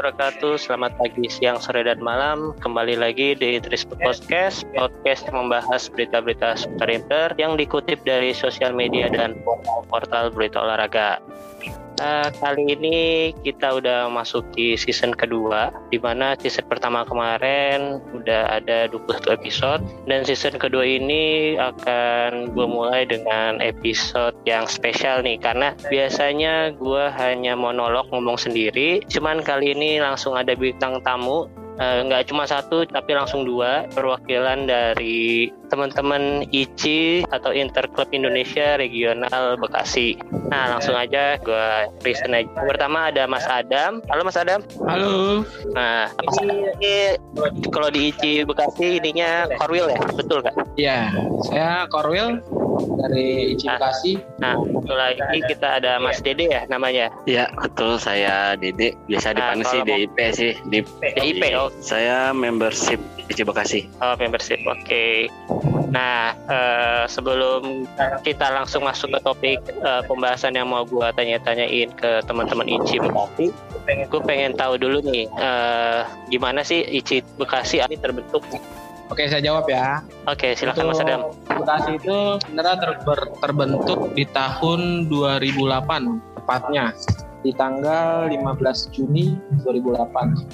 wabarakatuh. Selamat pagi, siang, sore, dan malam. Kembali lagi di Trispo Podcast yang membahas berita-berita seputar Inter yang dikutip dari sosial media dan portal berita olahraga. Kali ini kita udah masuk di season kedua, di mana season pertama kemarin udah ada 21 episode, dan season kedua ini akan gue mulai dengan episode yang spesial nih, karena biasanya gue hanya monolog ngomong sendiri, cuman kali ini langsung ada bintang tamu. Nggak cuma satu tapi langsung dua, perwakilan dari teman-teman ICI atau Interklub Indonesia Regional Bekasi. Nah, langsung aja gue present aja. Pertama ada Mas Adam. Halo Mas Adam. Halo. Nah, Mas Adam ini kalau di ICI Bekasi ininya Korwil ya, betul nggak? Ya, saya Korwil dari ICI Bekasi. Nah, satu lagi kita ada Mas Dede ya namanya. Ya, betul, saya Dede. Biasa dipanggil sih DIP sih. DIP, oh. Saya membership ICI Bekasi. Oh, membership, oke. Nah, sebelum kita langsung masuk ke topik pembahasan yang mau gue tanya-tanyain ke teman-teman ICI Bekasi, gue pengen tahu dulu nih, gimana sih ICI Bekasi ini terbentuk? Oke, saya jawab ya. Oke, silakan Mas Adam. Bekasi itu sebenarnya terbentuk di tahun 2008, tepatnya di tanggal 15 Juni 2008.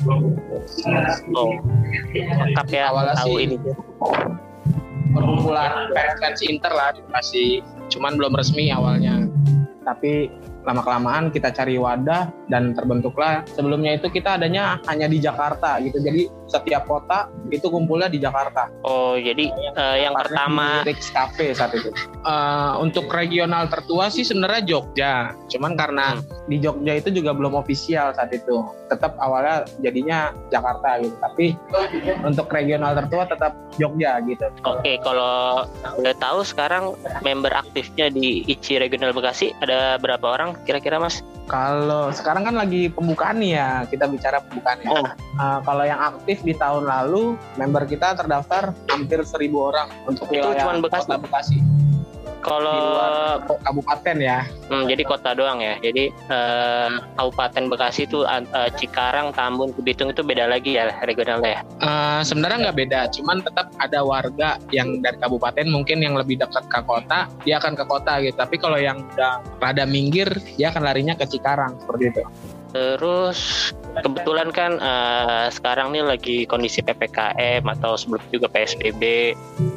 Oh, lengkap ya. Awalnya tahu sih ini. Perkumpulan fans Inter lah di Bekasi, cuman belum resmi awalnya. Tapi lama-kelamaan kita cari wadah dan terbentuklah. Sebelumnya itu kita adanya hanya di Jakarta gitu. Jadi setiap kota itu kumpulnya di Jakarta. Oh, jadi yang pertama di Rix Cafe saat itu. Untuk regional tertua sih sebenarnya Jogja. Cuman karena di Jogja itu juga belum ofisial saat itu. Tetap awalnya jadinya Jakarta gitu. Tapi untuk regional tertua tetap Jogja gitu. Oke, kalau udah tahu sekarang member aktifnya di ICI Regional Bekasi ada berapa orang kira-kira, Mas? Kalau sekarang kan lagi pembukaan nih ya, kita bicara pembukaan ya. Kalau yang aktif di tahun lalu, member kita terdaftar hampir 1.000 orang untuk wilayah kota Bekasi. Kalau di luar kabupaten ya. Jadi kota doang ya. Jadi Kabupaten Bekasi itu Cikarang, Tambun, Bitung itu beda lagi ya regionalnya. Sebenarnya nggak beda, cuman tetap ada warga yang dari kabupaten mungkin yang lebih dekat ke kota, dia akan ke kota gitu. Tapi kalau yang udah rada minggir, dia akan larinya ke Cikarang seperti itu. Terus kebetulan kan sekarang nih lagi kondisi PPKM atau sebelum juga PSBB.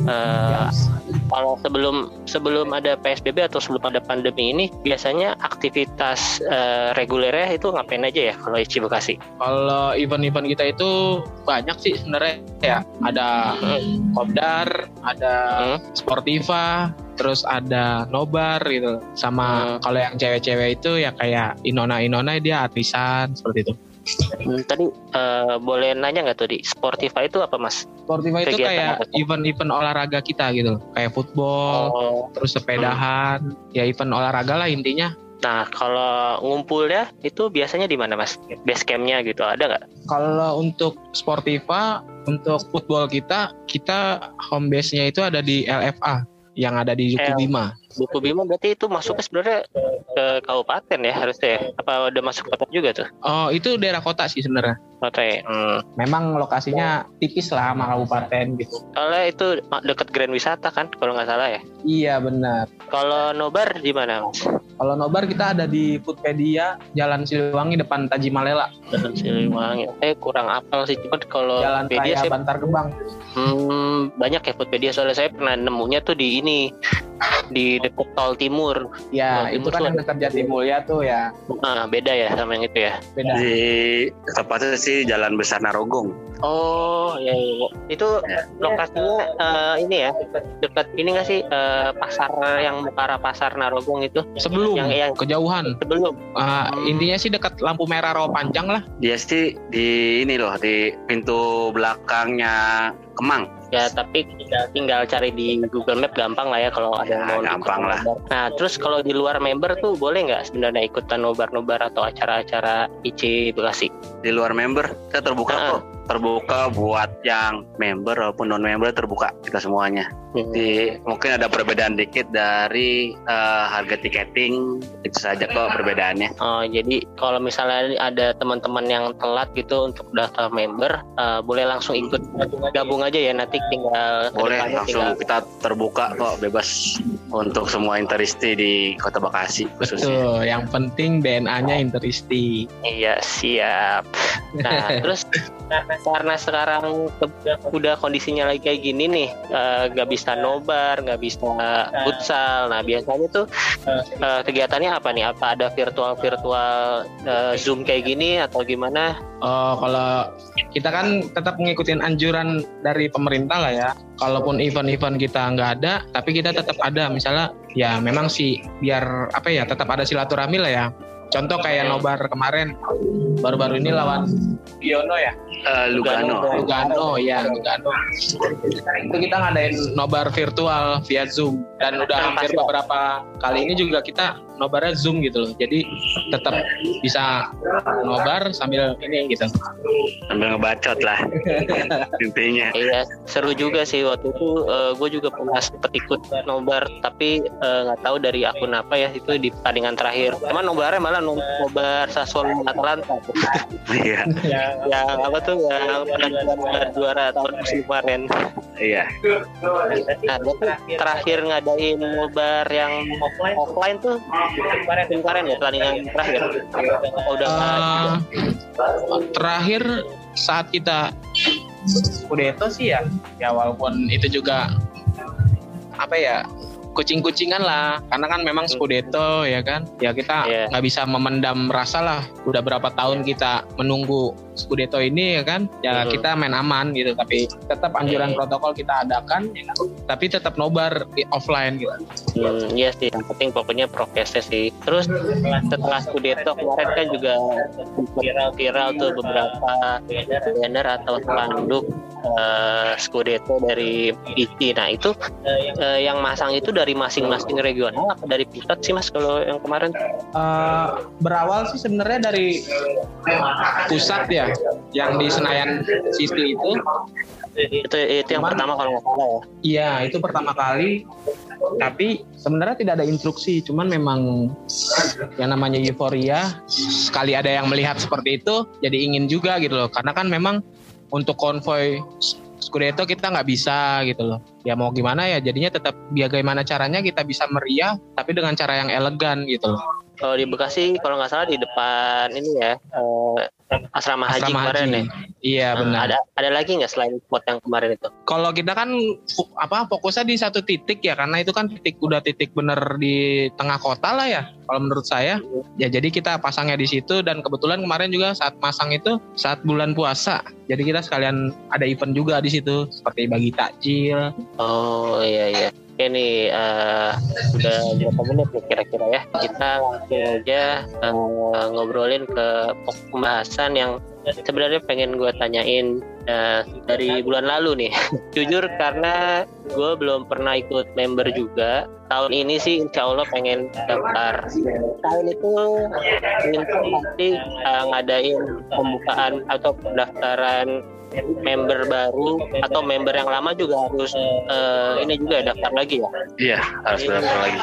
Kalau sebelum ada PSBB atau sebelum ada pandemi ini, biasanya aktivitas regulernya itu ngapain aja ya kalau ICI Bekasi? Kalau event-event kita itu banyak sih sebenarnya ya. Ada kopdar, ada sportiva, terus ada nobar gitu. Sama kalau yang cewek-cewek itu ya kayak Inona dia artisan seperti itu. Tadi boleh nanya nggak tuh di Sportiva itu apa, Mas? Sportiva itu kayak event-event olahraga kita gitu, kayak football, terus sepedahan, ya event olahraga lah intinya. Nah, kalau ngumpulnya itu biasanya di mana, Mas? Base camp-nya gitu, ada nggak? Kalau untuk Sportiva, untuk football kita home base-nya itu ada di LFA yang ada di Jukubima. Jukubima berarti itu masuknya sebenarnya ke kabupaten ya harusnya ya? Apa udah masuk kota juga tuh? Oh, itu daerah kota sih sebenarnya. Kota ya? Memang lokasinya tipis lah sama kabupaten gitu. Soalnya itu dekat Grand Wisata kan kalau nggak salah ya? Iya benar. Kalau nobar di mana, Mas? Kalau nobar kita ada di Foodpedia, Jalan Siliwangi depan Taji Malela. Jalan Siliwangi. Kurang apal sih, cuma kalau Jalan Raya Bantar Gebang. Banyak ya Foodpedia, soalnya saya pernah nemunya tuh di ini, di dekat Tol Timur. Ya, itu kan yang dekat Jatimulya tuh ya. Beda ya sama yang itu ya? Beda. Di tepatnya sih Jalan Besar Narogong. Oh, ya. Itu lokasinya ini ya, dekat ini nggak sih pasar yang Bukara Pasar Narogong itu? Sebelum, yang kejauhan. Sebelum. Intinya sih dekat lampu merah Rawa Panjang lah. Dia sih di ini loh, di pintu belakangnya Kemang. Ya, tapi tinggal cari di Google Map gampang lah ya kalau ada yang mau gampang lah. Nah, terus kalau di luar member tuh boleh nggak sebenarnya ikutan nobar-nobar atau acara-acara ICI Bekasi? Di luar member kita terbuka kok. terbuka buat yang member walaupun non member, terbuka kita semuanya. Jadi mungkin ada perbedaan dikit dari harga tiketing, itu saja kok perbedaannya. Oh, jadi kalau misalnya ada teman-teman yang telat gitu untuk daftar member, boleh langsung ikut gabung aja ya, nanti tinggal boleh langsung kita terbuka kok, bebas untuk semua Interisti di Kota Bekasi khususnya. Betul, yang penting DNA-nya Interisti. Iya, siap. Nah, terus karena sekarang udah kondisinya lagi kayak gini nih, nggak bisa nobar, nggak bisa futsal. Nah, biasanya tuh kegiatannya apa nih? Apa ada virtual Zoom kayak gini atau gimana? Oh, kalau kita kan tetap ngikutin anjuran dari pemerintah lah ya. Kalaupun event-event kita nggak ada, tapi kita tetap ada. Misalnya, ya memang sih biar apa ya, tetap ada silaturahmi lah ya. Contoh kayak nobar kemarin, baru-baru ini lawan Giono ya? Lugano. Itu kita ngadain nobar virtual via Zoom. Dan udah hampir beberapa kali ini juga kita nobarnya Zoom gitu loh. Jadi tetap bisa nobar sambil ini gitu. Sambil ngebacot lah intinya. Iya, seru juga sih waktu itu. Gue juga pernah sempet ikut nobar, tapi nggak tahu dari akun apa ya, itu di pertandingan terakhir. Cuman nobarnya malah nobar Sassuolo Atalanta. Iya. Yang apa tuh, yang pernah juara tahun musim kemarin. Iya. Nah, dia tuh terakhir ngadain nobar yang offline tuh kemarin ya, pertandingan terakhir. Terakhir saat kita Scudetto sih ya walaupun itu juga apa ya, kucing-kucingan lah, karena kan memang Scudetto ya kan, ya kita nggak bisa memendam rasa lah. Udah berapa tahun kita menunggu Scudetto ini ya kan, ya kita main aman gitu, tapi tetap anjuran protokol kita adakan, ya, tapi tetap nobar offline gitu. Iya sih, yang penting pokoknya prokesnya sih. Terus setelah Scudetto kemarin kan juga viral tuh beberapa banner atau spanduk Scudetto dari ICI. Nah itu yang masang itu dari masing-masing regional apa dari pusat sih Mas kalau yang kemarin? Berawal sih sebenarnya dari pusat ya, yang di Senayan City itu yang pertama kalau nggak salah ya. Iya, itu pertama kali. Tapi sebenarnya tidak ada instruksi, cuman memang yang namanya euforia, sekali ada yang melihat seperti itu jadi ingin juga gitu loh, karena kan memang untuk konvoy Scudetto kita nggak bisa gitu loh. Ya mau gimana ya, jadinya tetap bagaimana caranya kita bisa meriah tapi dengan cara yang elegan gitu loh. Kalau di Bekasi kalau nggak salah di depan ini ya, asrama haji kemarin ya. Iya benar. Ada lagi nggak selain spot yang kemarin itu? Kalau kita kan fokusnya di satu titik ya, karena itu kan titik bener di tengah kota lah ya. Kalau menurut saya, ya jadi kita pasangnya di situ, dan kebetulan kemarin juga saat masang itu saat bulan puasa. Jadi kita sekalian ada event juga di situ, seperti bagi takjil. Oh iya. Ini udah berapa menit nih kira-kira ya? Kita langsung aja ngobrolin ke pembahasan yang sebenarnya pengen gue tanyain dari bulan lalu nih. Jujur karena gue belum pernah ikut member juga. Tahun ini sih insya Allah pengen daftar. Tahun itu pasti ngadain pembukaan atau pendaftaran member baru, atau member yang lama juga harus ini juga daftar lagi ya? Iya, harus daftar lagi.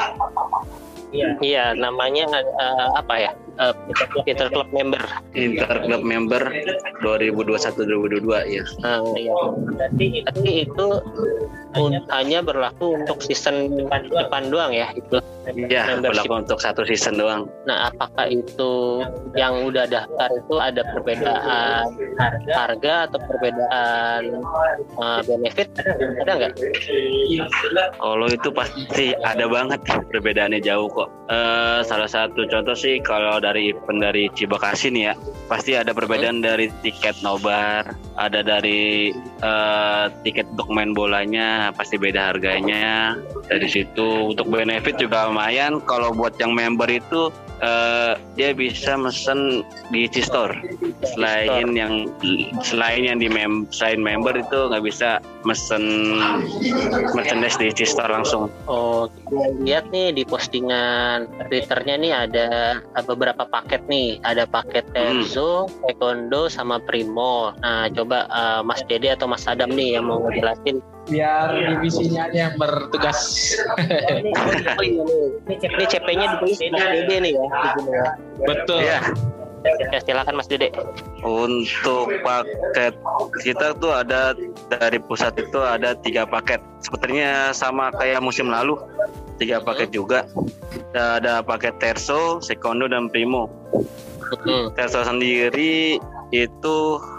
Iya, namanya apa ya? Interclub member. Interclub member 2021-2022 ya. Iya. Tapi itu hanya berlaku untuk season depan doang ya itu. Iya, berlaku untuk satu season doang. Nah, apakah itu yang udah daftar itu ada perbedaan harga atau perbedaan benefit? Ada nggak? Kalau itu pasti ada banget, perbedaannya jauh kok. Salah satu contoh sih kalau dari event dari Cibekasi nih ya, pasti ada perbedaan dari tiket nobar, ada dari tiket untuk main bolanya, pasti beda harganya. Dari situ untuk benefit juga lumayan. Kalau buat yang member itu dia bisa mesen di ICI Store. Selain yang selain member itu nggak bisa mesen merchandise di ICI Store langsung. Oh, lihat nih di postingan Twitternya nih ada beberapa paket nih. Ada paket Terzo, Taekwondo, sama Primo. Nah, coba Mas Dede atau Mas Adam nih yang mau ngejelasin. Biar divisinya aja yang bertugas. Oh iya nih. Ini CP-nya ditulis Mas Dede nih ya. Betul. Ya. Ya, silakan Mas Dede. Untuk paket kita tuh ada dari pusat itu ada 3 paket. Sepertinya sama kayak musim lalu, 3 paket juga. Ada paket Terzo, Taekwondo, dan Primo. Terzo sendiri itu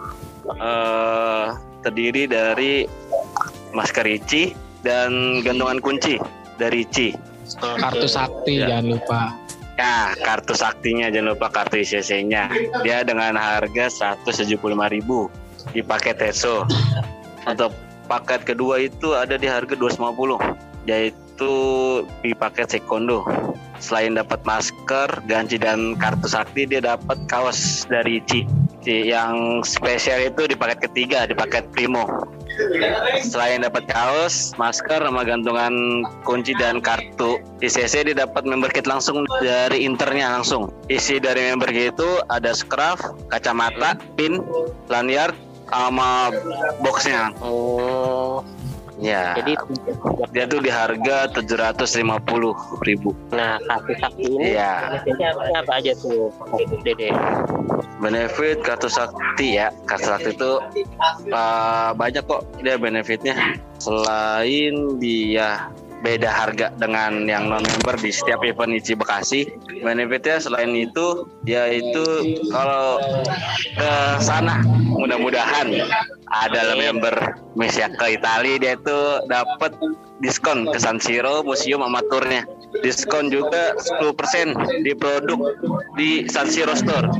terdiri dari masker ICI dan gantungan kunci dari ICI. Kartu sakti jangan lupa. Ya, kartu saktinya jangan lupa, kartu ICC-nya. Dia dengan harga 175.000 di paket Terzo. Untuk paket kedua itu ada di harga 250, yaitu di paket Taekwondo. Selain dapat masker, ganci, dan kartu sakti, dia dapat kaos dari ICI. Yang spesial itu di paket ketiga, di paket Primo. Selain dapat kaos, masker, sama gantungan kunci dan kartu ICC, dia dapat member kit langsung dari internya langsung. Isi dari member kit itu ada scarf, kacamata, pin, lanyard, sama boxnya. Oh. Ya. Jadi dia tuh di harga 750.000. Nah, kartu sakti ini benefitnya apa aja tuh, Dede? Benefit kartu sakti ya. Kartu sakti itu banyak kok dia benefitnya. Selain dia beda harga dengan yang non member di setiap event ICI Bekasi, benefitnya selain itu dia itu kalau ke sana mudah-mudahan ada member misalnya ke Italia, dia itu dapat diskon ke San Siro, museum, amaturnya. Diskon juga 10% di produk di San Siro Store.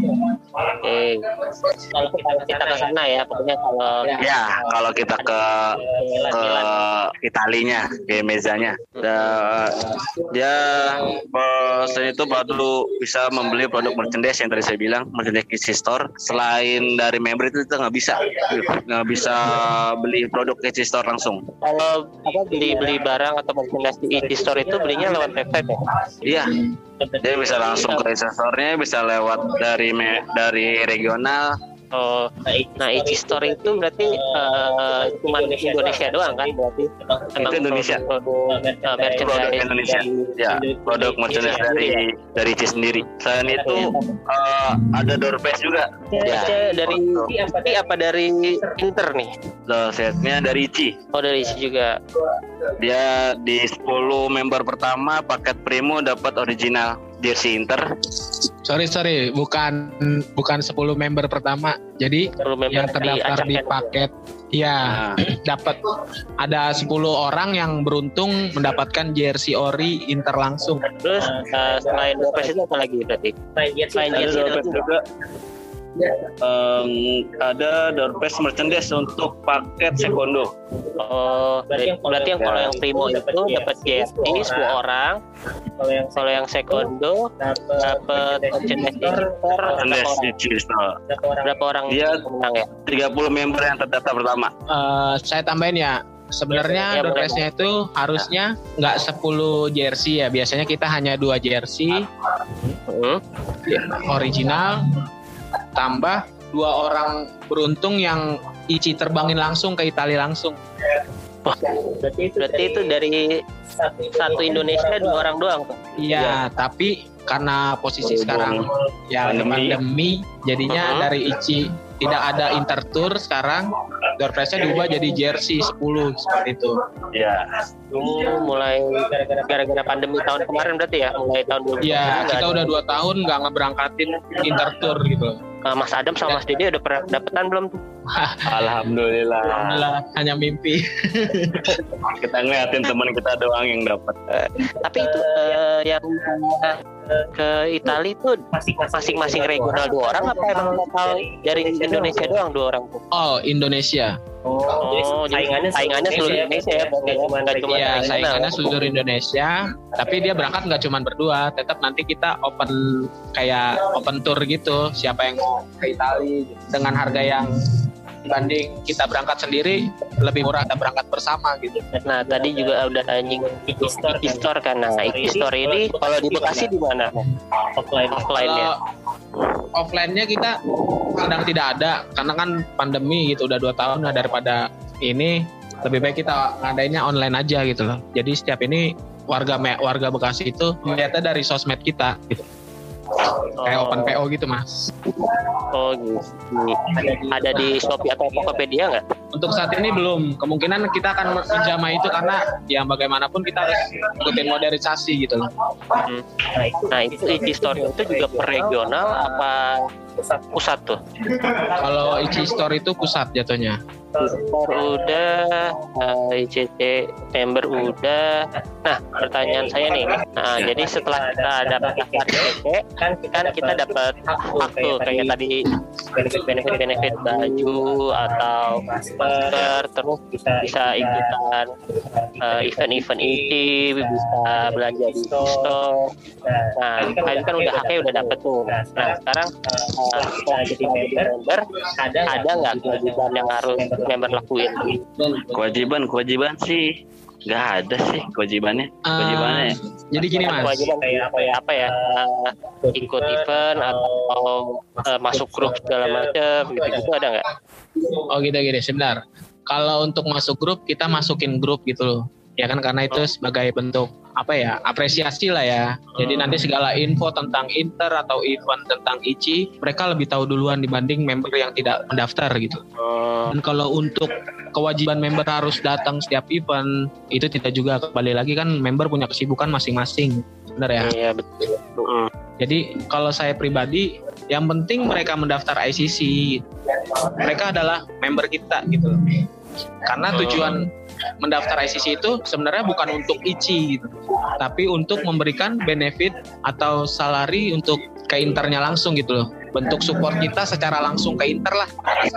Kalau kita ke sana ya, pokoknya kalau kita ke Italinya, ke mezanya, dia selain itu baru bisa membeli produk merchandise yang tadi saya bilang, merchandise ICI Store. Selain dari member itu kita nggak bisa beli produk ICI Store langsung. Kalau beli barang atau merchandise di ICI Store itu belinya lewat website ya? Iya. Dia bisa langsung ke ICI Store-nya, bisa lewat dari regional. Oh, nah ICI Store itu berarti cuma di Indonesia doang kan berarti? Itu Indonesia. Produk Indonesia. Ya, produk merchandise dari ICI sendiri. Selain itu ada door prize juga. Ya. Dari apa dari Inter nih? Setnya dari ICI. Oh, dari ICI juga. Dia di 10 member pertama paket Primo dapat original jersey Inter. Sorry, bukan 10 member pertama. Jadi yang terdaftar di paket dapat ada 10 orang yang beruntung mendapatkan jersey ori Inter langsung. Terus selain Dopes itu apa lagi berarti? Selain jersey juga ada doorpress merchandise untuk paket Taekwondo. Oh, berarti yang kalau yang Primo itu dapat jersey 10 orang. Kalau yang Taekwondo dapat merchandise berapa orang dia menang ya? 30 member yang terdaftar pertama. Saya tambahin ya. Sebenarnya doorpress-nya itu harusnya nggak 10 jersey ya. Biasanya kita hanya 2 jersey original, tambah 2 orang beruntung yang ICI terbangin langsung ke Italia langsung. Berarti itu dari satu Indonesia 2 orang doang tuh? Iya, tapi karena posisi sekarang pandemi jadinya dari ICI tidak ada intertour, sekarang doorpress-nya diubah jadi jersey 10 seperti itu. Iya. Mulai gara-gara pandemi tahun kemarin berarti ya, mulai tahun 2020. Iya, kita udah 2 tahun nggak ngeberangkatin intertour gitu. Mas Adam sama Mas Dede udah pernah dapetan belum tuh? Alhamdulillah. Hanya mimpi. Kita ngeliatin teman kita doang yang dapat. Tapi itu yang ke Italia itu masing-masing regional 2 orang apa emang lokal dari Indonesia doang 2 orang tuh? Oh, Indonesia. Jadi saingannya seluruh Indonesia ya, nggak cuma Iya, saingannya seluruh Indonesia. Tapi dia berangkat nggak cuma berdua, tetap nanti kita open tour gitu. Siapa yang mau ke Italia dengan harga yang dibanding kita berangkat sendiri lebih murah, kita berangkat bersama gitu. Nah tadi juga udah anjing Iki Store kan. Nah Iki Store ini kalau di Bekasi di mana? Offline-nya? Offline-nya kita sedang tidak ada karena kan pandemi gitu udah 2 tahun. Nah daripada ini lebih baik kita ngadainnya online aja gitu loh. Jadi setiap ini warga Bekasi itu melihatnya dari sosmed kita gitu. Kayak open PO gitu mas. Oh gitu. Ada di Shopee atau Tokopedia nggak? Untuk saat ini belum. Kemungkinan kita akan menjamah itu karena yang bagaimanapun kita harus ikutin modernisasi gitu loh. Nah itu Iki Store itu juga per regional apa pusat tuh? Kalau Iki Store itu pusat jatuhnya. Udah, ICC member udah. Nah, pertanyaan saya nih. Nah, jadi setelah kita dapat ICC, kan kita dapat hak tuh kayak tadi benefit baju atau masker, terus bisa ikutan event-event ini, bisa belanja di store. Nah, kalian kan udah haknya udah dapet tuh. Nah, sekarang setelah jadi member, ada nggak kewajiban yang harus member lakuin? Kewajiban sih nggak ada sih kewajibannya. Jadi gini mas, kewajiban kayak apa ya, ikut event atau masuk grup segala macam gitu ada nggak? Oh gitu sebentar. Kalau untuk masuk grup kita masukin grup gitu loh. Ya kan karena itu sebagai bentuk apresiasi lah ya. Jadi nanti segala info tentang Inter atau event tentang ICI mereka lebih tahu duluan dibanding member yang tidak mendaftar gitu. Dan kalau untuk kewajiban member harus datang setiap event itu tidak juga, kembali lagi kan member punya kesibukan masing-masing, benar ya? Iya betul. Jadi kalau saya pribadi yang penting mereka mendaftar ICC, mereka adalah member kita gitu. Karena tujuan mendaftar ICC itu sebenarnya bukan untuk ICI gitu, tapi untuk memberikan benefit atau salary untuk ke Internya langsung gitu loh. Bentuk support kita secara langsung ke Inter lah.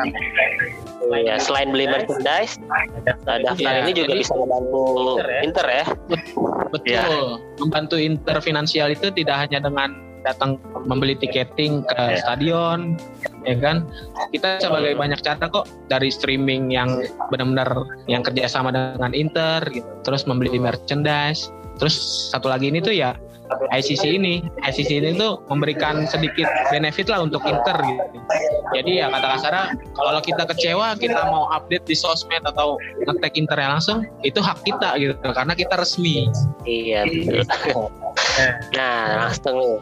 Ya, selain beli merchandise, daftar ini juga bisa membantu Inter ya. Betul. Ya. Membantu Inter finansial itu tidak hanya dengan datang membeli tiketing ke stadion, ya kan? Kita sebagai banyak cara kok, dari streaming yang benar-benar yang kerjasama dengan Inter, gitu. Terus membeli merchandise. Terus satu lagi ini tuh ya ICC ini tuh memberikan sedikit benefit lah untuk Inter gitu. Jadi ya kata kasarnya kalau kita kecewa kita mau update di sosmed atau nge-tag Internya langsung, itu hak kita gitu karena kita resmi. Iya betul. Nah langsung nih.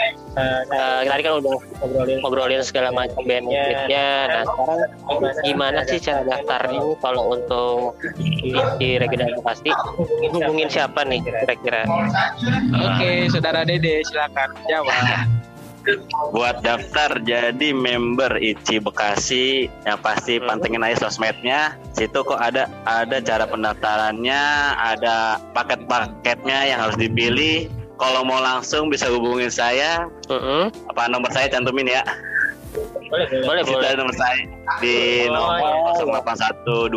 Tadi kan udah ngobrolin segala macam benefitnya. Nah sekarang gimana sih cara daftarnya nih kalau untuk di regional Bekasi? Hubungin siapa nih kira-kira? Oke, Saudara Dede silakan jawab. Buat daftar jadi member ICI Bekasi yang pasti pantengin aja sosmednya. Situ kok ada cara pendaftarannya, ada paket-paketnya yang harus dipilih. Kalau mau langsung bisa hubungin saya. Nomor saya cantumin ya. Boleh. Nomor saya di nomor 0812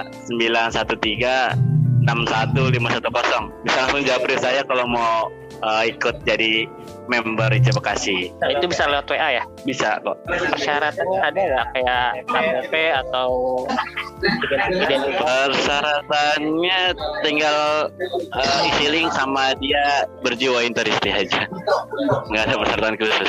913 61510. Bisa langsung japri saya kalau mau ikut jadi member ICI Bekasi. Nah, itu bisa lewat WA ya? Bisa kok. Persyaratannya ada nggak kayak KTP atau identitas? Persyaratannya tinggal isi link sama dia berjiwa Interisti aja. Nggak ada persyaratan khusus.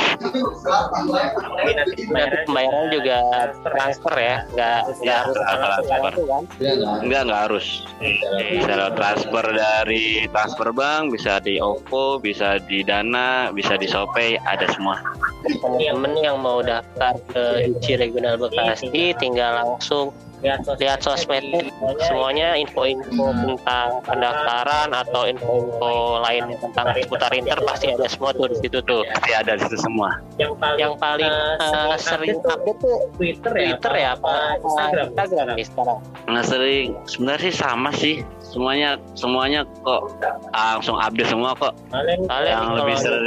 Nanti pembayaran juga transfer ya? Nggak harus transfer kan? Nggak harus. Bisa lewat transfer dari transfer bank, bisa di OVO, bisa di Dana, bisa di Shopee, ada semua. Temen-temen yang mau daftar ke ICI Regional Bekasi tinggal langsung lihat sosmednya, semuanya info-info tentang pendaftaran atau info-info lain tentang seputar Inter pasti ada semua tuh di situ tuh. Pasti ada di situ semua. Yang paling sering update tuh Twitter ya apa Instagram nih sekarang? Nah sering, sebenarnya sih sama sih. semuanya kok langsung update semua kok. Yang lebih seru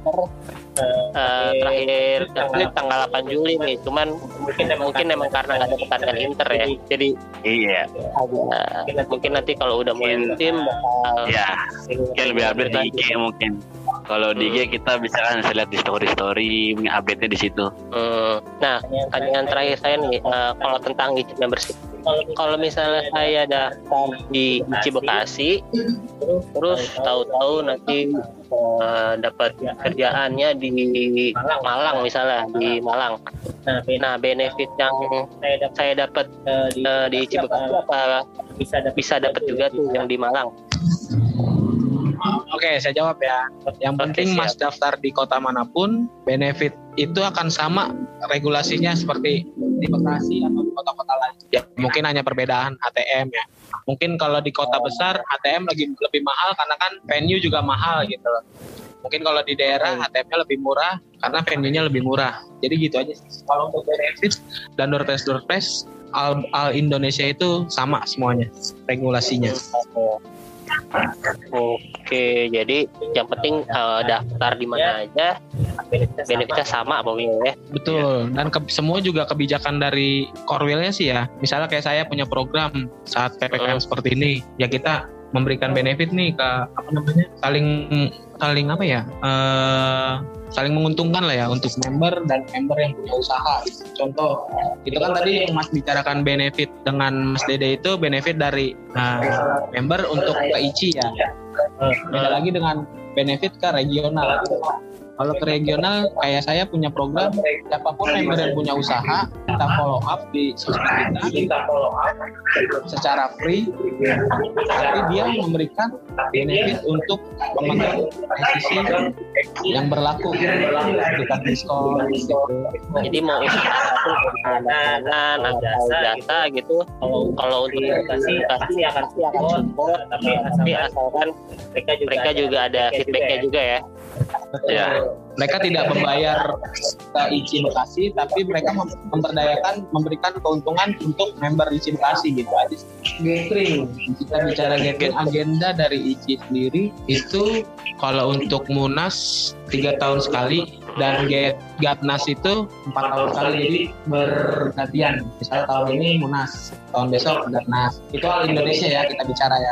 terakhir tanggal 8 Juli nih, cuman mungkin emang karena ada pertandingan Inter ya, jadi iya mungkin nanti kalau udah mulai tim bakal mungkin lebih update di IG mungkin. Kalau di IG kita bisa kan lihat di story update-nya di situ. Nah, pertanyaan terakhir saya nih, kalau tentang IC membership, kalau misalnya saya daftar di IC Bekasi, terus tahu-tahu nanti dapat kerjaannya di Malang misalnya, di Malang. Nah, benefit yang saya dapat di IC Bekasi apa bisa dapat juga tuh yang di Malang? Oke, saya jawab ya. Yang penting Mas daftar di kota manapun, benefit itu akan sama regulasinya seperti di Bekasi atau di kota-kota lain. Ya, mungkin hanya perbedaan ATM ya. Mungkin kalau di kota besar ATM lebih mahal karena kan venue juga mahal gitu loh. Mungkin kalau di daerah ATM-nya lebih murah karena venue-nya lebih murah. Jadi gitu aja sih. Kalau untuk benefit dan door prize all Indonesia itu sama semuanya regulasinya. Oke, jadi yang penting daftar di mana aja, benefitnya sama pokoknya ya. Betul, dan semua juga kebijakan dari Korwilnya sih ya. Misalnya kayak saya punya program saat PPKM seperti ini, ya kita memberikan benefit nih ke saling menguntungkan lah ya untuk member dan member yang punya usaha. Contoh, itu kan tadi yang Mas bicarakan benefit dengan Mas Dede itu benefit dari member untuk ke ICI ya. Beda lagi dengan benefit ke regional. Kalau ke regional, kayak saya punya program, siapapun member yang punya usaha, kita follow up di sosmed kita secara free, tapi dia memberikan benefit untuk teman-teman sisi yang berlaku, berikan diskon. Jadi mau usaha makanan atau jasa gitu, kalau untuk pasti akan support, tapi asalkan mereka juga ada feedbacknya juga ya. Ya, mereka tidak membayar ke ICI Bekasi, tapi mereka memberikan keuntungan untuk member ICI Bekasi gitu aja. Gathering, kita bicara gathering agenda dari ICI sendiri itu kalau untuk Munas 3 tahun sekali dan Gatnas itu 4 tahun sekali, jadi bergantian. Misalnya tahun ini Munas, tahun besok Gatnas. Itu all Indonesia ya kita bicara ya.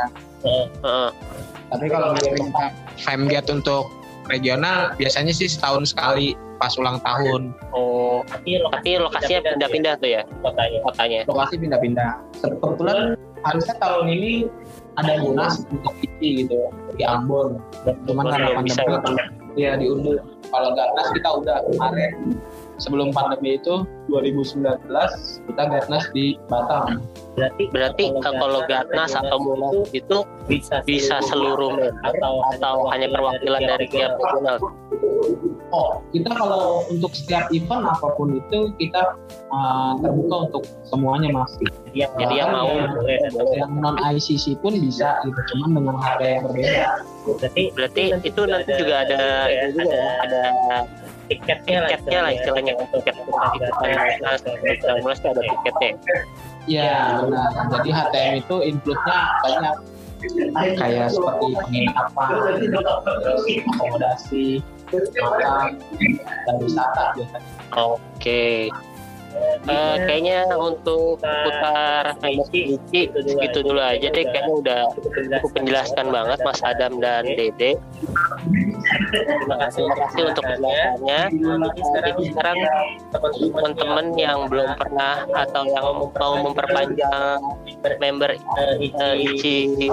Tapi kalau gathering FAMGAT untuk regional biasanya sih setahun sekali pas ulang tahun. Oh, tapi lokasinya pindah-pindah tuh ya kotanya. Lokasi pindah-pindah. Kebetulan harusnya tahun ini ada Munas untuk ICI gitu di Ambon. Cuman karena pandemi ya diundur. Kalau Gatnas kita udah kemarin sebelum pandemi itu 2019 kita Gatnas di Batam. Berarti kalau Gatnas atau Munas itu bisa seluruh atau hanya perwakilan dari tiap regional? Oh, kita kalau untuk setiap event apapun itu kita terbuka untuk semuanya Mas. Jadi yang mau yang non ICC pun bisa gitu, cuman dengan harga yang berbeda. Berarti itu nanti juga ada tiketnya lah istilahnya, tiket Munas ada tiketnya. Ya benar. Jadi HTM itu include-nya banyak, kayak seperti penginapan, akomodasi, makan, dan wisata biasanya. Oke. Kayaknya untuk putar ICI gitu dulu aja deh. Kayaknya udah cukup menjelaskan banget Mas Adam dan Dede. Terima kasih untuk penjelasannya. Jadi sekarang teman-teman yang belum pernah atau yang mau memperpanjang member ICI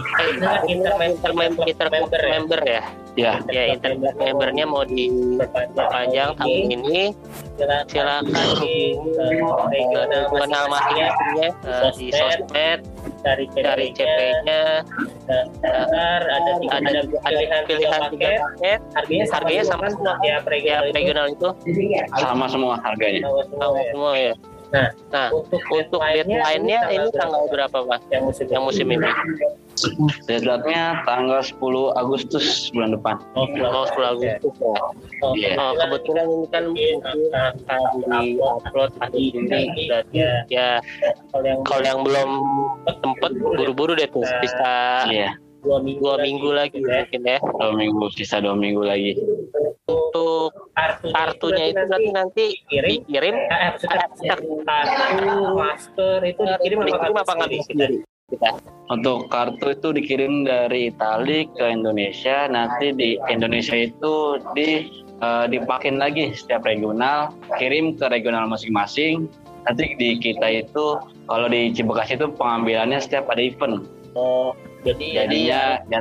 intermember ya. Ya, intermembernya mau diperpanjang tahun ini. Silakan mengenal masing-masingnya di sosmed, cari CP-nya, ada pilihan 3 paket, harganya sama semua ya regional itu? Sama semua harganya. Sama semua ya. Nah, untuk deadline-nya ini tanggal berapa Mas? Yang musim ini? Deadline-nya tanggal 10 Agustus bulan depan. 10 Agustus ya. Iya. Kebetulan ini kan akan di-upload akhir Juni berarti ya. Kalau yang belum sempet buru-buru deh tuh, bisa Iya. 2 minggu lagi mungkin ya. 2 minggu lagi. Untuk kartunya itu nanti dikirim, kartu masker itu dikirim apa nggak bisa sendiri? Untuk kartu itu dikirim dari Italia ke Indonesia. Nanti di Indonesia itu dipakin lagi setiap regional, kirim ke regional masing-masing. Nanti di kita itu kalau di Cibekasi itu pengambilannya setiap ada event. Jadi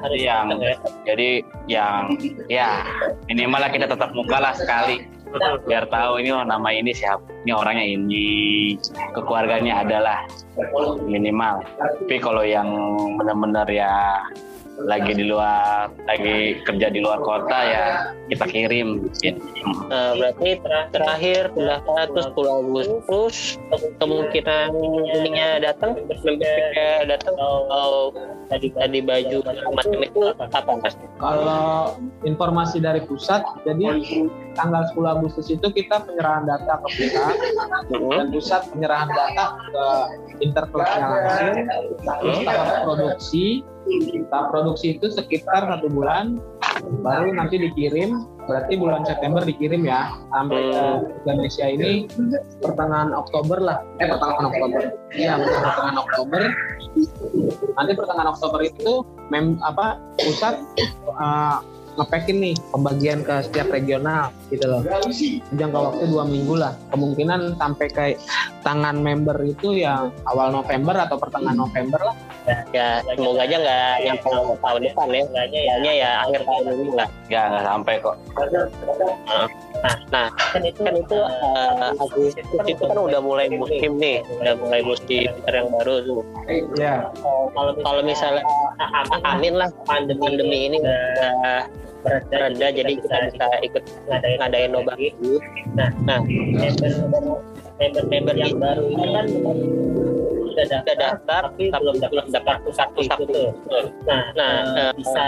yang minimal lah kita tetap muka lah sekali biar tahu ini nama ini siapa, ini orangnya ini, kekeluarganya adalah minimal. Tapi kalau yang benar-benar ya lagi kerja di luar kota ya kita kirim gitu. Berarti terakhir pendaftaran itu 10 Agustus, kemungkinan ininya datang, membershipnya datang, atau tadi baju macam itu apa Mas? Kalau informasi dari pusat, jadi tanggal 10 Agustus itu kita penyerahan data ke pusat, dan pusat penyerahan data ke interklubnya langsung, terus tahap produksi itu sekitar 1 bulan, baru nanti dikirim. Berarti bulan September dikirim ya, sampai ke Indonesia ini pertengahan Oktober. Iya, pertengahan Oktober. Nanti pertengahan Oktober itu pusat nge-packin nih pembagian ke setiap regional gitu loh. Jangka waktu 2 minggu lah. Kemungkinan sampai ke tangan member itu ya awal November atau pertengahan November lah. Ya semoga aja nggak nyampe tahun depan ya. Kayaknya ya akhir tahun ini lah. Nggak sampai kok. Nah kan itu Agustus itu kan udah mulai musim nih, udah mulai musim yang baru tuh. Ya. Kalau misalnya amin lah pandemi ini udah reda, jadi kita bisa ikut ngadain nobar itu. Nah member yang baru itu kan sudah daftar tapi belum daftar satu. Nah bisa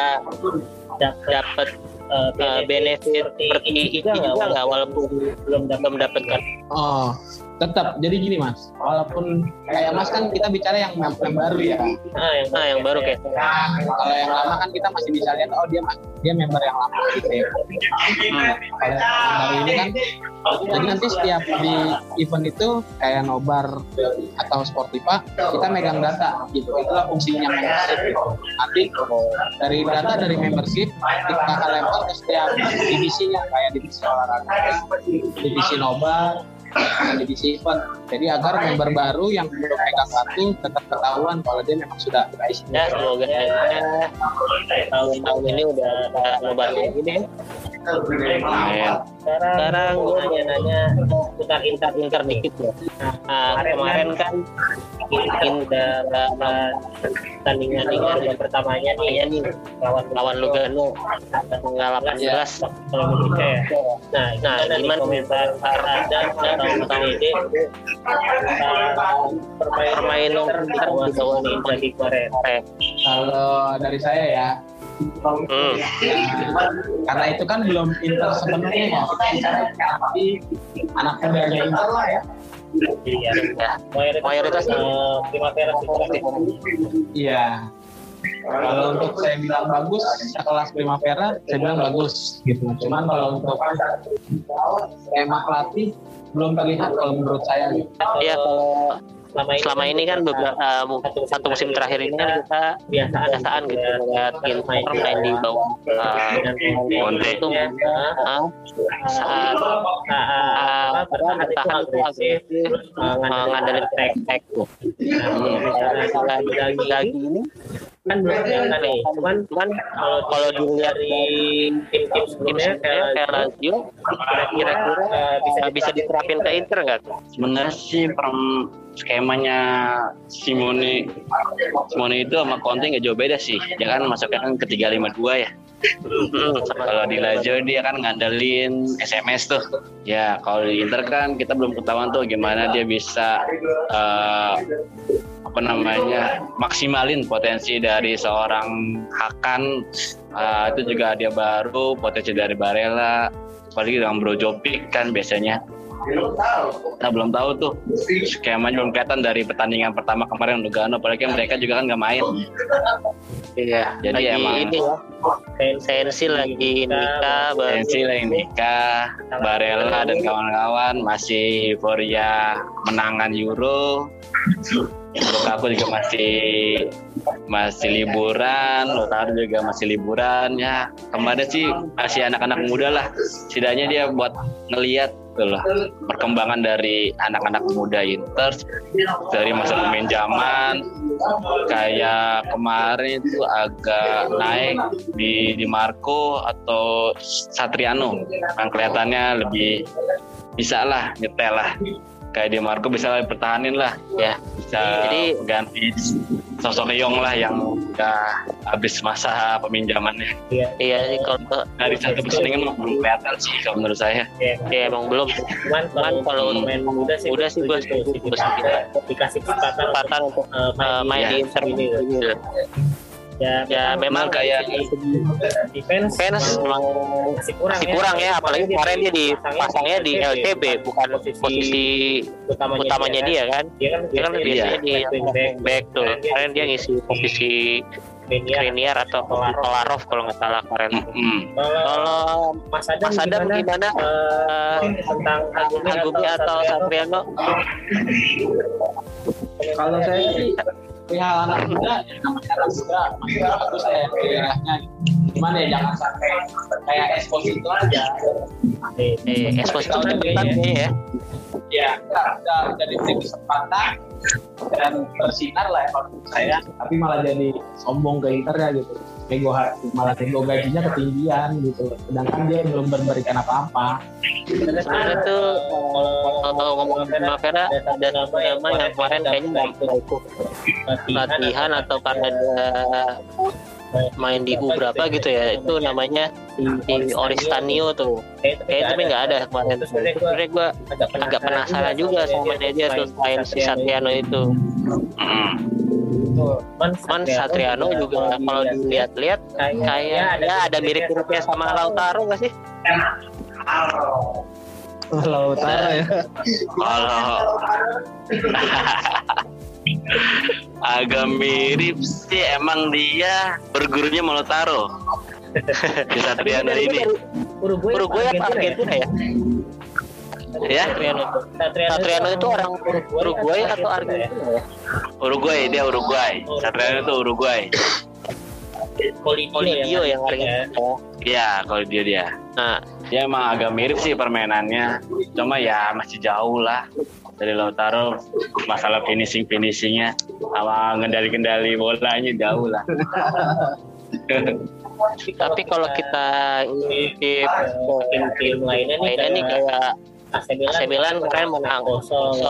dapat benefit seperti itu nggak walaupun belum dapatkan? Oh, tetap. Jadi gini Mas, walaupun kayak Mas kan kita bicara yang baru ya. Yang baru kayak. Kalau yang lama kan kita masih bisa lihat, oh dia member yang lama gitu ya. Kalau yang baru ini kan, jadi nanti setiap di event itu kayak nobar atau sportiva, kita megang data gitu. Itulah fungsinya membership gitu. Nanti dari data dari membership kita lempar ke setiap divisinya, kayak divisi olahraga, divisi nobar, divisi event. Jadi agar member baru yang belum megang kartu tetap ketahuan kalau dia memang sudah guys. Ya semoga tahun ini udah nobar kayak gini. Sekarang gue nanya putar inter dikit ya. Kemarin kan udah tandingan pertamanya nih lawan Lugano tanggal 18 kalau Indonesia ya. Nah gimana komentar Anda atau ide permainan inter di bawah Inter di Korea? Kalau dari saya ya, karena itu kan belum Inter sepenuhnya ya, tapi anak mudanya Inter lah ya. Iya. Mayoritas Primavera sih. Iya. Kalau untuk saya bilang bagus, sekelas Primavera saya bilang bagus gitu. Cuman kalau untuk skema pelatih belum terlihat kalau menurut saya. Iya, kalau selama ini kan satu musim terakhir ini kan kita biasaan gitu melihat Inter main di bawah Conte itu saat bertahan agresif ngandelin tek tuh. Lagi ini kan belum kelihatan nih. Cuman kalau dilihat dari tim sebelumnya kayak Lazio, kira-kira bisa diterapin ke Inter nggak? Sebenarnya sih skemanya Simone itu sama Conte nggak jauh beda sih. Dia kan masuknya kan ke 3-5-2 ya. Kalau di Lazio dia kan ngandelin SMS tuh. Ya kalau di Inter kan kita belum ketahuan tuh gimana dia bisa maksimalin potensi dari seorang Hakan. Itu juga dia baru, potensi dari Barella, apalagi dengan Brozovic kan biasanya. Kita belum tahu tuh skemanya, belum kelihatan dari pertandingan pertama kemarin Lugano, apalagi mereka juga kan nggak main. Iya, jadi lagi emang ini ya, Sensi lagi nikah, Barella dan kawan-kawan masih euforia menangan Euro. Lukaku juga masih liburan, Lautaro juga masih liburan ya. Kemarin sih masih anak-anak muda lah, setidaknya dia buat ngelihat lah perkembangan dari anak-anak muda Inter dari masa peminjaman. Kayak kemarin itu agak naik di Marco atau Satriano yang kelihatannya lebih bisa lah nyetel lah. Kayak di Marco bisa lah pertahanin lah ya, bisa jadi ganti sosok Yong lah yang udah habis masa peminjamannya. Iya sih, kalau dari satu pertandingan belum kelihatan sih kalau menurut saya. Ya emang belum. Cuman kalau main muda sih gue dikasih kesempatan untuk main di Inter ini. Ya memang kayak defense memang masih kurang ya, apalagi kemarin dia dipasangnya di LCB bukan posisi utamanya dia kan. Dia kan biasanya di back tuh. Kemarin dia ngisi posisi Skriniar atau Kolarov kalau nggak salah kemarin. Kalau Mas Adam gimana tentang Agumi atau Satriano? Kalau saya sih perihal anak muda, namanya anak muda masih bagus ya daerahnya. Gimana ya, jangan sampai kayak Esposito aja. Esposito kan ya. Ya, udah diberi kesempatan dan bersinar lah ya menurut saya, tapi malah jadi sombong ke Inter ya gitu. Malah nego gajinya ketinggian gitu, sedangkan dia belum memberikan apa-apa. Sebenarnya tuh kalau ngomong Primavera ada nama-nama yang kemarin kayaknya nggak ikut latihan atau karena dia main di U berapa gitu ya, itu namanya di Oristanio tuh kayak, tapi nggak ada kemarin. Sebenarnya gue agak penasaran juga sama dia tuh selain si Satriano itu. Man Satriano juga kalau dilihat-lihat kayak ada mirip-miripnya sama Lautaro nggak sih? Lautaro ya. Agak mirip sih, emang dia bergurunya sama Lautaro. Di Satriano ini. Uruguay apa Argentina ya? Ya, Satriano itu orang Uruguay atau Argentina ya? Uruguay, dia Uruguay. Satriano itu Uruguay. Colidio yang Argentina. Iya, kalau dia. Nah, dia emang agak mirip sih permainannya. Cuma ya masih jauh lah dari Lautaro, masalah finishingnya sama ngendali bolanya jauh lah. Tapi kalau kita intip tim lainnya nih kayak AC Milan keren menang 0,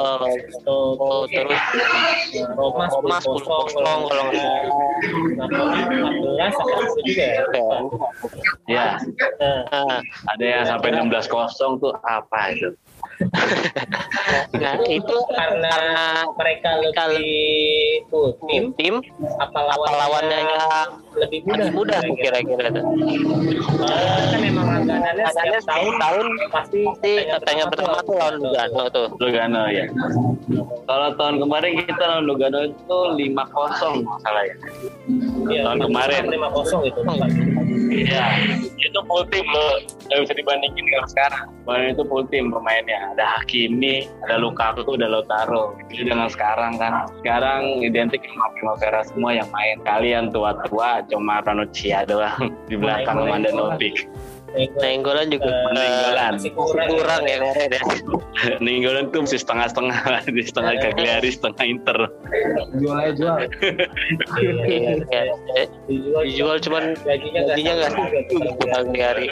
terus Roma 10-0 kalau nggak salah, 14 juga ya. Ada yang sampai 16-0 tuh apa itu? Nah itu karena mereka lebih tim apa lawannya lebih mudah kira-kira tuh. Kan memang langganannya setiap tahun pasti katanya pertama tuh lawan Lugano ya. Kalau tahun kemarin kita lawan Lugano itu 5-0 masalah ya. Tahun kemarin 5-0 gitu. Iya, itu full tim loh, nggak bisa dibandingin dengan sekarang. Kemarin itu full tim pemainnya, ada Hakimi, ada Lukaku, ada Lautaro. Itu dengan sekarang kan, sekarang identik sama Primavera semua yang main. Kalian tua-tua, cuma Ranocchia doang di belakang Mandanovic. Nenggolan juga masih kurang ya kemarin ya. Nenggolan tuh masih setengah-setengah, di setengah Cagliari, setengah Inter. Jual. Dijual cuman gajinya nggak cukup Cagliari.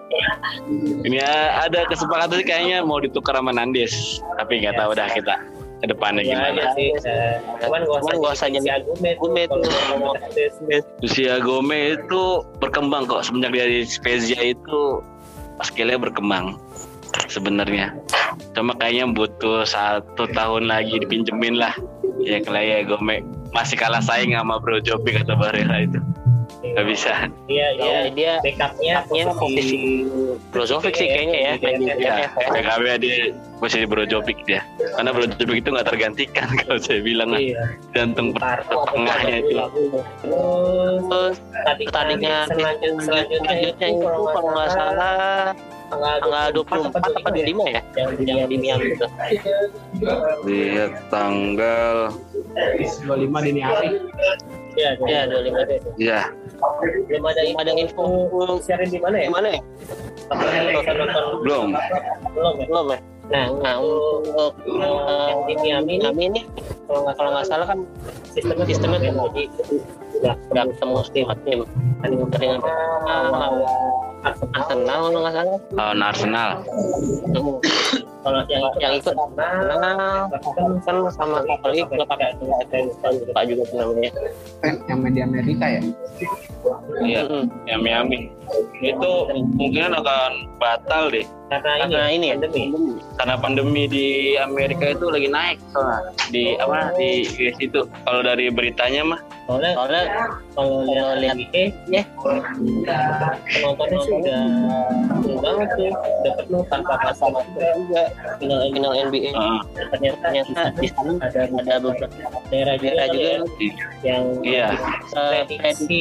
Ini ada kesepakatan sih kayaknya mau ditukar sama Nandes, tapi nggak tahu dah kita. ke depannya gimana. Sih. Cuman gak usah jadi Agume tuh. Lucia Gomez itu berkembang kok semenjak dari Spezia itu skillnya berkembang sebenarnya. Cuma kayaknya butuh 1 tahun lagi dipinjemin lah. Ya kayak Gomez masih kalah saing sama Brozovic atau Barella itu. Gak bisa. Iya, dia backupnya posisi Brozovic sih kayaknya ya. PKB dia posisi Brozovic dia. Karena Brozovic itu nggak tergantikan kalau saya bilang lah. Gantung tengahnya itu. Terus Tadinya selanjutnya itu kalau nggak salah tanggal 24 apa 25 ya yang di Miami itu. Lihat tanggal 25 dini hari. Iya, 25 deh. ya. Belum ada info siarin di mana ya? Belum. Belum ya. Nah untuk di Miami ini kalau nggak salah kan sistemnya kan udah ketemu tim dengan Arsenal kalau nggak salah. Arsenal. Kalau yang ikut Arsenal kan sama apalagi klub Pak juga namanya. Yang di Amerika ya. Iya, yang Miami. Itu mungkin akan batal deh. Karena ini Karena pandemi di Amerika itu lagi naik soalnya di US itu. Kalau dari beritanya mah. Soalnya kalau lihat ya penontonnya sih udah penuh banget tuh, udah penuh tanpa masalah juga final NBA. Ternyata di sana ada beberapa daerah juga yang prediksi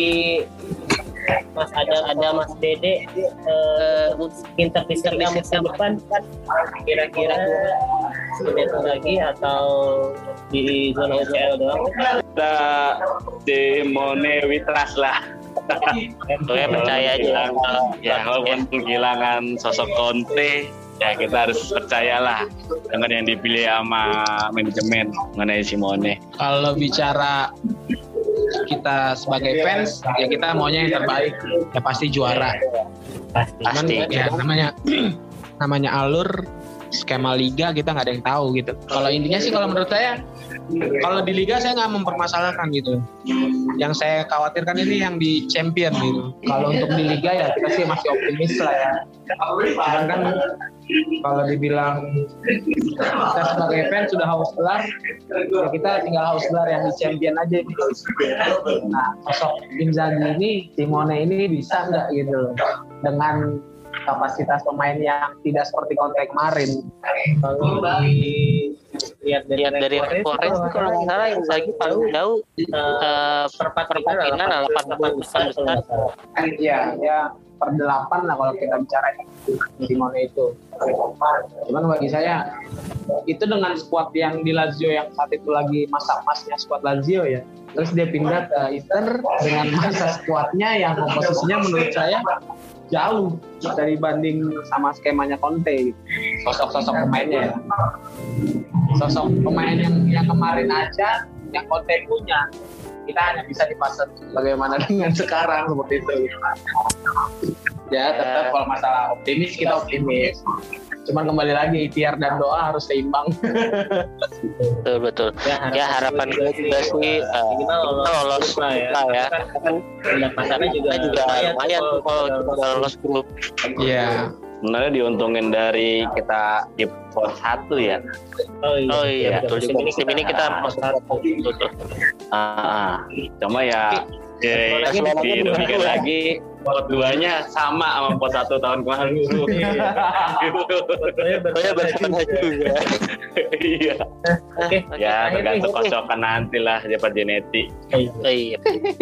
ada Mas Dede Inter di musim depan kira-kira sebentar lagi atau di zona UCL doang. Kita Simone Witras lah. Saya percaya aja. Ya walaupun kehilangan sosok Conte, ya kita harus percayalah dengan yang dipilih sama manajemen mengenai Simone. Kalau bicara kita sebagai fans, ya kita maunya yang terbaik, ya pasti juara. Pasti. Ya namanya alur skema liga kita nggak ada yang tahu gitu. Kalau intinya sih kalau menurut saya, kalau di liga saya nggak mempermasalahkan gitu. Yang saya khawatirkan ini yang di champion gitu. Kalau untuk di liga ya kita sih masih optimis lah ya. Cuman kan kalau dibilang kita sebagai fans sudah haus gelar, ya kita tinggal haus gelar yang di champion aja gitu. Nah, sosok Inzaghi ini, Simone ini bisa nggak gitu dengan kapasitas pemain yang tidak seperti Conte kemarin. Kalau lihat dari Flores itu kalau nggak salah Inzaghi paling jauh perempat final 8 besar. Ya per 8 lah kalau kita bicara Simone itu. Cuman bagi saya itu dengan skuad yang di Lazio yang saat itu lagi masa emasnya skuad Lazio ya. Terus dia pindah ke Inter dengan masa skuadnya yang komposisinya menurut saya jauh dari banding sama skemanya Conte. Sosok-sosok pemainnya ya. Sosok pemain yang kemarin aja yang Conte punya, kita hanya bisa dipasang bagaimana dengan sekarang seperti itu. Ya tetap kalau masalah optimis kita optimis. Cuman kembali lagi ikhtiar dan doa harus seimbang. Betul. Ya harapan gue juga sih kita lolos lah ya. Kan pendapatannya juga lumayan kalau kita lolos grup. Iya. Sebenarnya diuntungin dari kita di pos 1 ya. Oh iya betul juga. Musim ini kita masuk betul. Cuma ya dirugikan lagi pot 2-nya sama pot 1 tahun kemarin dulu. Bersama juga. Iya. Ya tergantung kocokan nanti lah dapat genetik. Iya.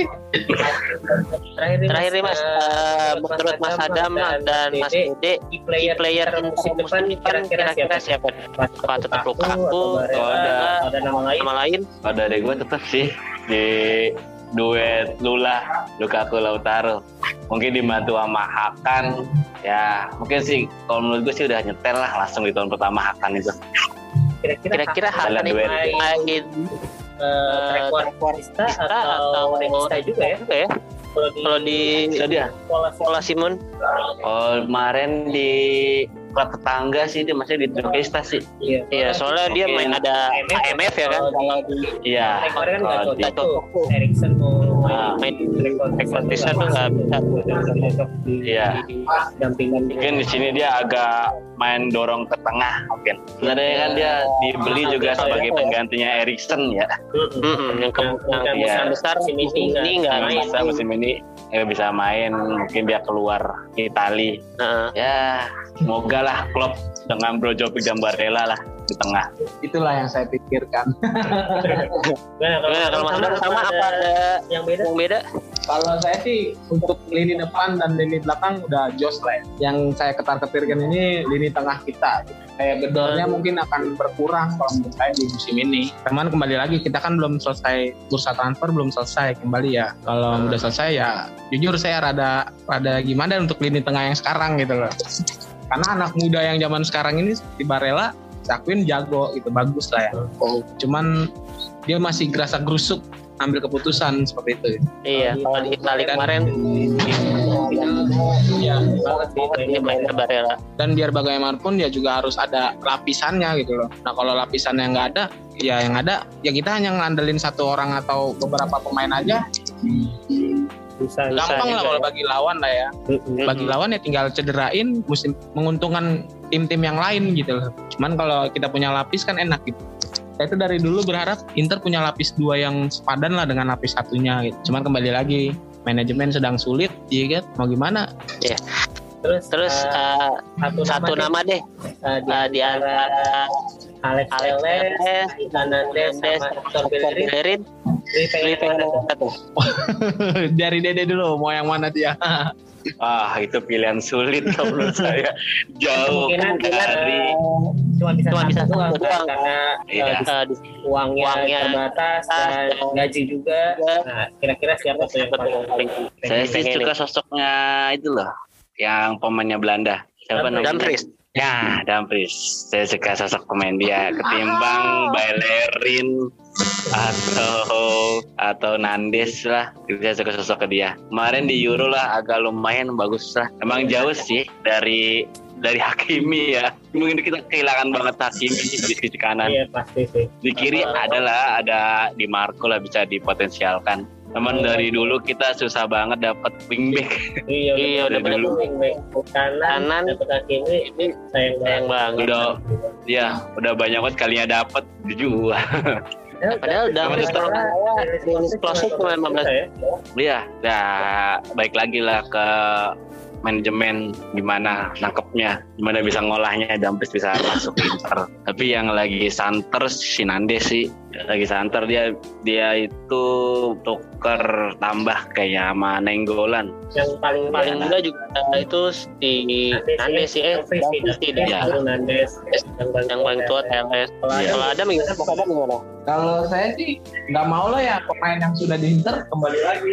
Terakhir nih Mas, menurut Mas Adam dan Mas Dede, player musim depan kira-kira siapa? Apa tetap Lukaku? Ada nama lain? Ada dari gue tetap sih di duet Lukaku Lautaro. Mungkin dibantu sama Hakan. Ya mungkin sih kalau menurut gue sih udah nyetel lah langsung di tahun pertama Hakan itu. Kira-kira Hakan ini main Trequartista atau Renista juga ya? Kalau di pola Simon kemarin di klub tetangga sih, dia masih di Turkistan sih. Iya, soalnya dia main ada AMF ya kan. Iya. Kemarin kan nggak cocok. Erikson mau main Turkistan tuh nggak bisa. Iya. Dampingan. Mungkin di sini dia agak main dorong ke tengah mungkin. Sebenarnya kan dia dibeli juga sebagai penggantinya Erikson ya. Yang besar ini nggak bisa musim ini nggak bisa main, mungkin dia keluar Itali. Ya semoga lah Klopp dengan Brozovic dan Barella lah di tengah. Itulah yang saya pikirkan. Kalau Mas sama apa ada yang beda? Kalau saya sih untuk lini depan dan lini belakang udah jos lah ya. Yang saya ketar-ketirkan ini lini tengah kita. Kayak gedornya mungkin akan berkurang kalau menurut saya di musim ini. Cuman kembali lagi kita kan belum selesai, bursa transfer belum selesai kembali ya. Kalau udah selesai ya jujur saya rada gimana untuk lini tengah yang sekarang gitu loh. Karena anak muda yang zaman sekarang ini seperti Barella, Sakwin jago gitu, bagus lah ya. Cuman dia masih gerasa gerusuk ambil keputusan seperti itu. Iya, kalau di Itali kemarin dia mainnya Barella. Dan biar bagaimanapun ya juga harus ada lapisannya gitu loh. Nah kalau lapisannya nggak ada, ya yang ada ya kita hanya ngandelin satu orang atau beberapa pemain aja. Gampang lah kalau bagi lawan lah ya. Bagi lawan ya tinggal cederain, musim menguntungkan tim-tim yang lain gitu loh. Cuman kalau kita punya lapis kan enak gitu. Saya itu dari dulu berharap Inter punya lapis 2 yang sepadan lah dengan lapis satunya gitu. Cuman kembali lagi manajemen sedang sulit, ya kan? Mau gimana? Ya. Terus satu nama deh di antara Alex Hernandez sama Bellerin. Dari Dede dulu, mau yang mana dia? Itu pilihan sulit menurut saya. Jauh dari cuma bisa satu karena uangnya terbatas dan gaji juga. Nah, kira-kira siapa tuh yang paling saya sih suka sosoknya itu loh, yang pemainnya Belanda. Siapa namanya? Dumfries. Ya, Dumfries. Saya suka sosok pemain dia ketimbang Bellerin atau Nandes lah. Saya suka sosok dia. Kemarin di Euro lah agak lumayan bagus lah. Emang jauh sih dari Hakimi ya. Mungkin kita kehilangan banget Hakimi di sisi kanan. Iya pasti sih. Di kiri ada Di Marco lah, bisa dipotensialkan. Teman dari dulu kita susah banget dapat wingback. Iya udah dulu wingback kanan dapat Hakimi ini sayang banget. Udah banyak banget kalinya dapat dijual. Padahal udah close cuma 15 ya. Iya, baik lagi lah ke manajemen gimana nangkepnya, gimana bisa ngolahnya, Dumfries bisa masuk Inter. Tapi yang lagi santer si Nandes sih, lagi santer dia itu tuker tambah kayak sama Nainggolan. Yang paling muda juga itu si Nandes sih Nandes yang paling tua TLS. Kalau ada gimana? Kalau saya sih nggak mau lah ya pemain yang sudah di Inter kembali lagi.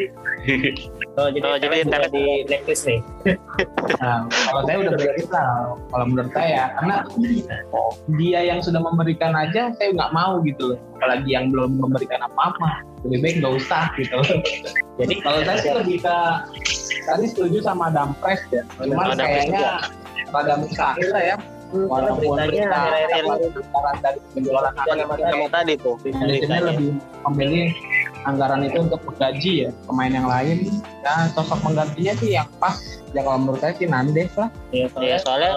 Jadi di blacklist nih. Nah, kalau saya udah blacklist lah. Kalau menurut saya, karena dia yang sudah memberikan aja saya nggak mau gitu loh. Apalagi yang belum memberikan apa-apa, lebih baik nggak usah gitu. Jadi kalau saya sih lebih ke tadi setuju sama Dumfries ya. Cuma kayaknya rada mustahil lah ya. Walaupun berita dari penjualan tadi tuh, manajemen lebih memilih anggaran itu untuk menggaji ya pemain yang lain. Dan sosok penggantinya sih yang pas ya kalau menurut saya sih Nandes lah. Ya soalnya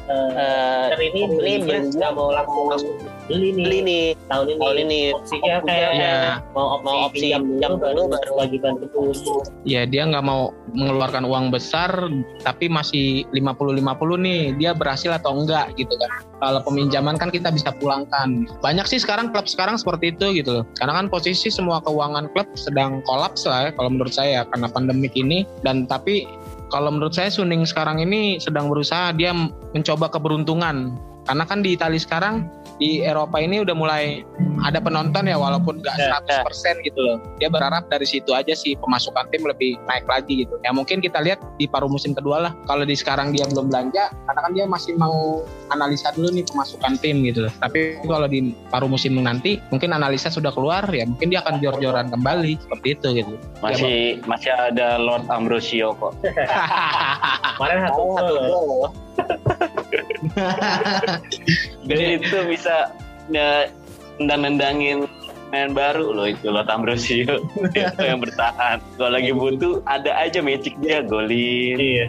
ini nggak mau langsung beli nih tahun ini opsinya kayak mau opsi jam dulu baru kewajiban terus. Ya dia nggak mau mengeluarkan uang besar tapi masih 50-50 nih, dia berhasil atau enggak gitu kan. Kalau peminjaman kan kita bisa pulangkan. Banyak sih sekarang klub sekarang seperti itu gitu loh. Karena kan posisi semua keuangan klub sedang kolaps lah ya, kalau menurut saya karena pandemik ini. Dan tapi kalau menurut saya Suning sekarang ini sedang berusaha dia mencoba keberuntungan. Karena kan di Italia sekarang, di Eropa ini udah mulai ada penonton ya walaupun nggak 100% gitu loh. Dia berharap dari situ aja sih pemasukan tim lebih naik lagi gitu. Ya mungkin kita lihat di paruh musim kedua lah. Kalau di sekarang dia belum belanja, karena kan dia masih mau analisa dulu nih pemasukan tim gitu loh. Tapi kalau di paruh musim nanti mungkin analisa sudah keluar ya mungkin dia akan jor-joran kembali seperti itu gitu. Masih ada Lord Ambrosio kok. Kemarin satu Jadi itu bisa nendang-nendangin main baru loh itu loh Ambrosio. Itu yang bertahan. Kalau lagi butuh ada aja magic dia golin. Iya.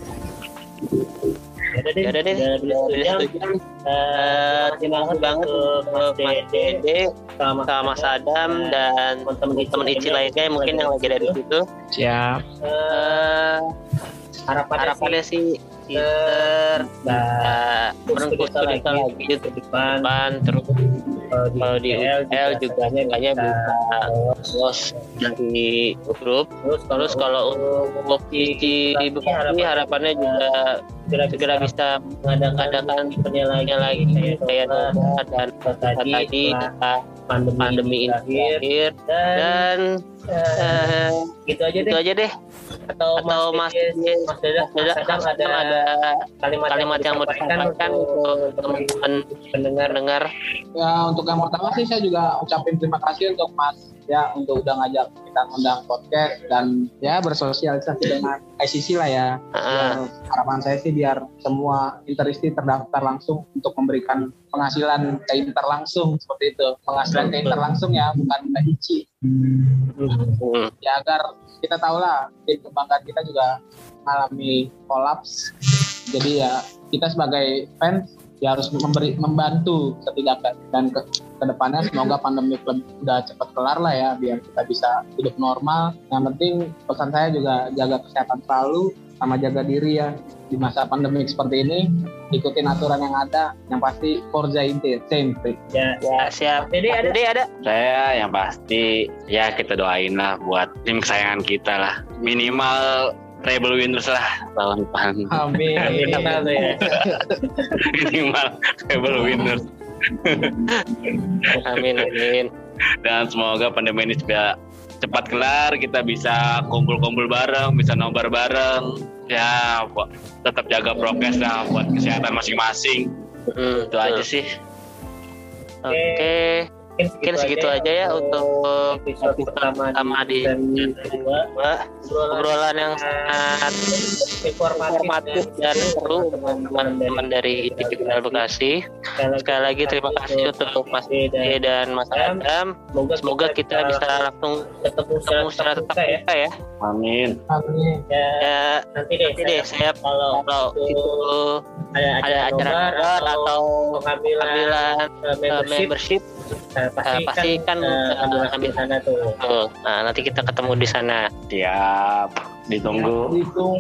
Ya udah deh. Terima kasih banget Mas Dede sama Mas Adam dan teman-teman Ici lainnya mungkin yang lagi dari situ. Siap. Harapannya sih merengkuh kita lagi ke depan terus kalau di UL juga kayaknya bisa lolos dari grup. Terus kalau untuk di Bekasi harapannya juga segera bisa mengadakan penilaian lagi kayak Nova dan tadi pandemi ini berakhir dan gitu aja deh. Atau Mas Dadang ada kalimat yang mau disampaikan untuk teman-teman pendengar. Ya, untuk yang pertama sih saya juga ucapin terima kasih untuk Mas ya untuk udah ngajak kita ngundang podcast dan ya bersosialisasi dengan ICC lah ya. Harapan saya sih biar semua Interisti terdaftar langsung untuk memberikan penghasilan ke Inter langsung seperti itu. Penghasilan ke Inter langsung ya, bukan ke ICI. Ya agar kita tahu lah tim kebanggaan kita juga mengalami kolaps. Jadi ya kita sebagai fans ya harus membantu setidaknya dan ke depannya semoga pandemi udah cepat kelar lah ya biar kita bisa hidup normal. Yang penting pesan saya juga jaga kesehatan selalu sama jaga diri ya di masa pandemi seperti ini. Ikutin aturan yang ada, yang pasti Forza Inter sempre. Ya siap. Jadi ada. Saya yang pasti ya kita doain lah buat tim kesayangan kita lah. Minimal treble winners lah tahun depan. Amin. Minimal treble winners. Amin. Dan semoga pandemi ini juga cepat kelar, kita bisa kumpul-kumpul bareng, bisa nobar bareng. Ya, tetap jaga prokes lah buat kesehatan masing-masing. Itu aja sih. Oke. Mungkin segitu aja ya untuk episode pertama di kedua. Obrolan yang sangat informatif dan seru dengan teman-teman dari ITB Bekasi. Sekali lagi terima kasih untuk Mas Dede dan Mas Adam. Semoga kita bisa langsung ketemu secara tatap muka ya. Amin. Ya, nanti deh saya kalau itu ada acara atau pengambilan membership pasti kan ambil sana tuh. Nah, nanti kita ketemu di sana. Siap. Ditunggu.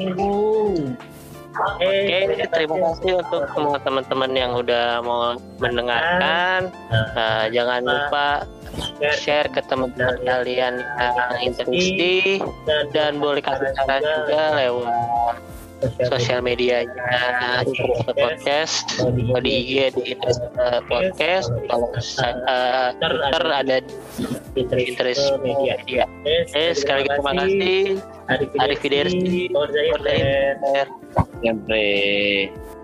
Oke, terima kasih untuk semua teman-teman yang udah mau mendengarkan. Jangan lupa share ke teman-teman kalian yang Interisti dan boleh kasih saran juga lewat sosial medianya Interisti Podcast, di IG di Interisti Podcast, kalau Twitter ada di Interisti Media. Sekali lagi terima kasih. Arif Fidersi, Forza Inter.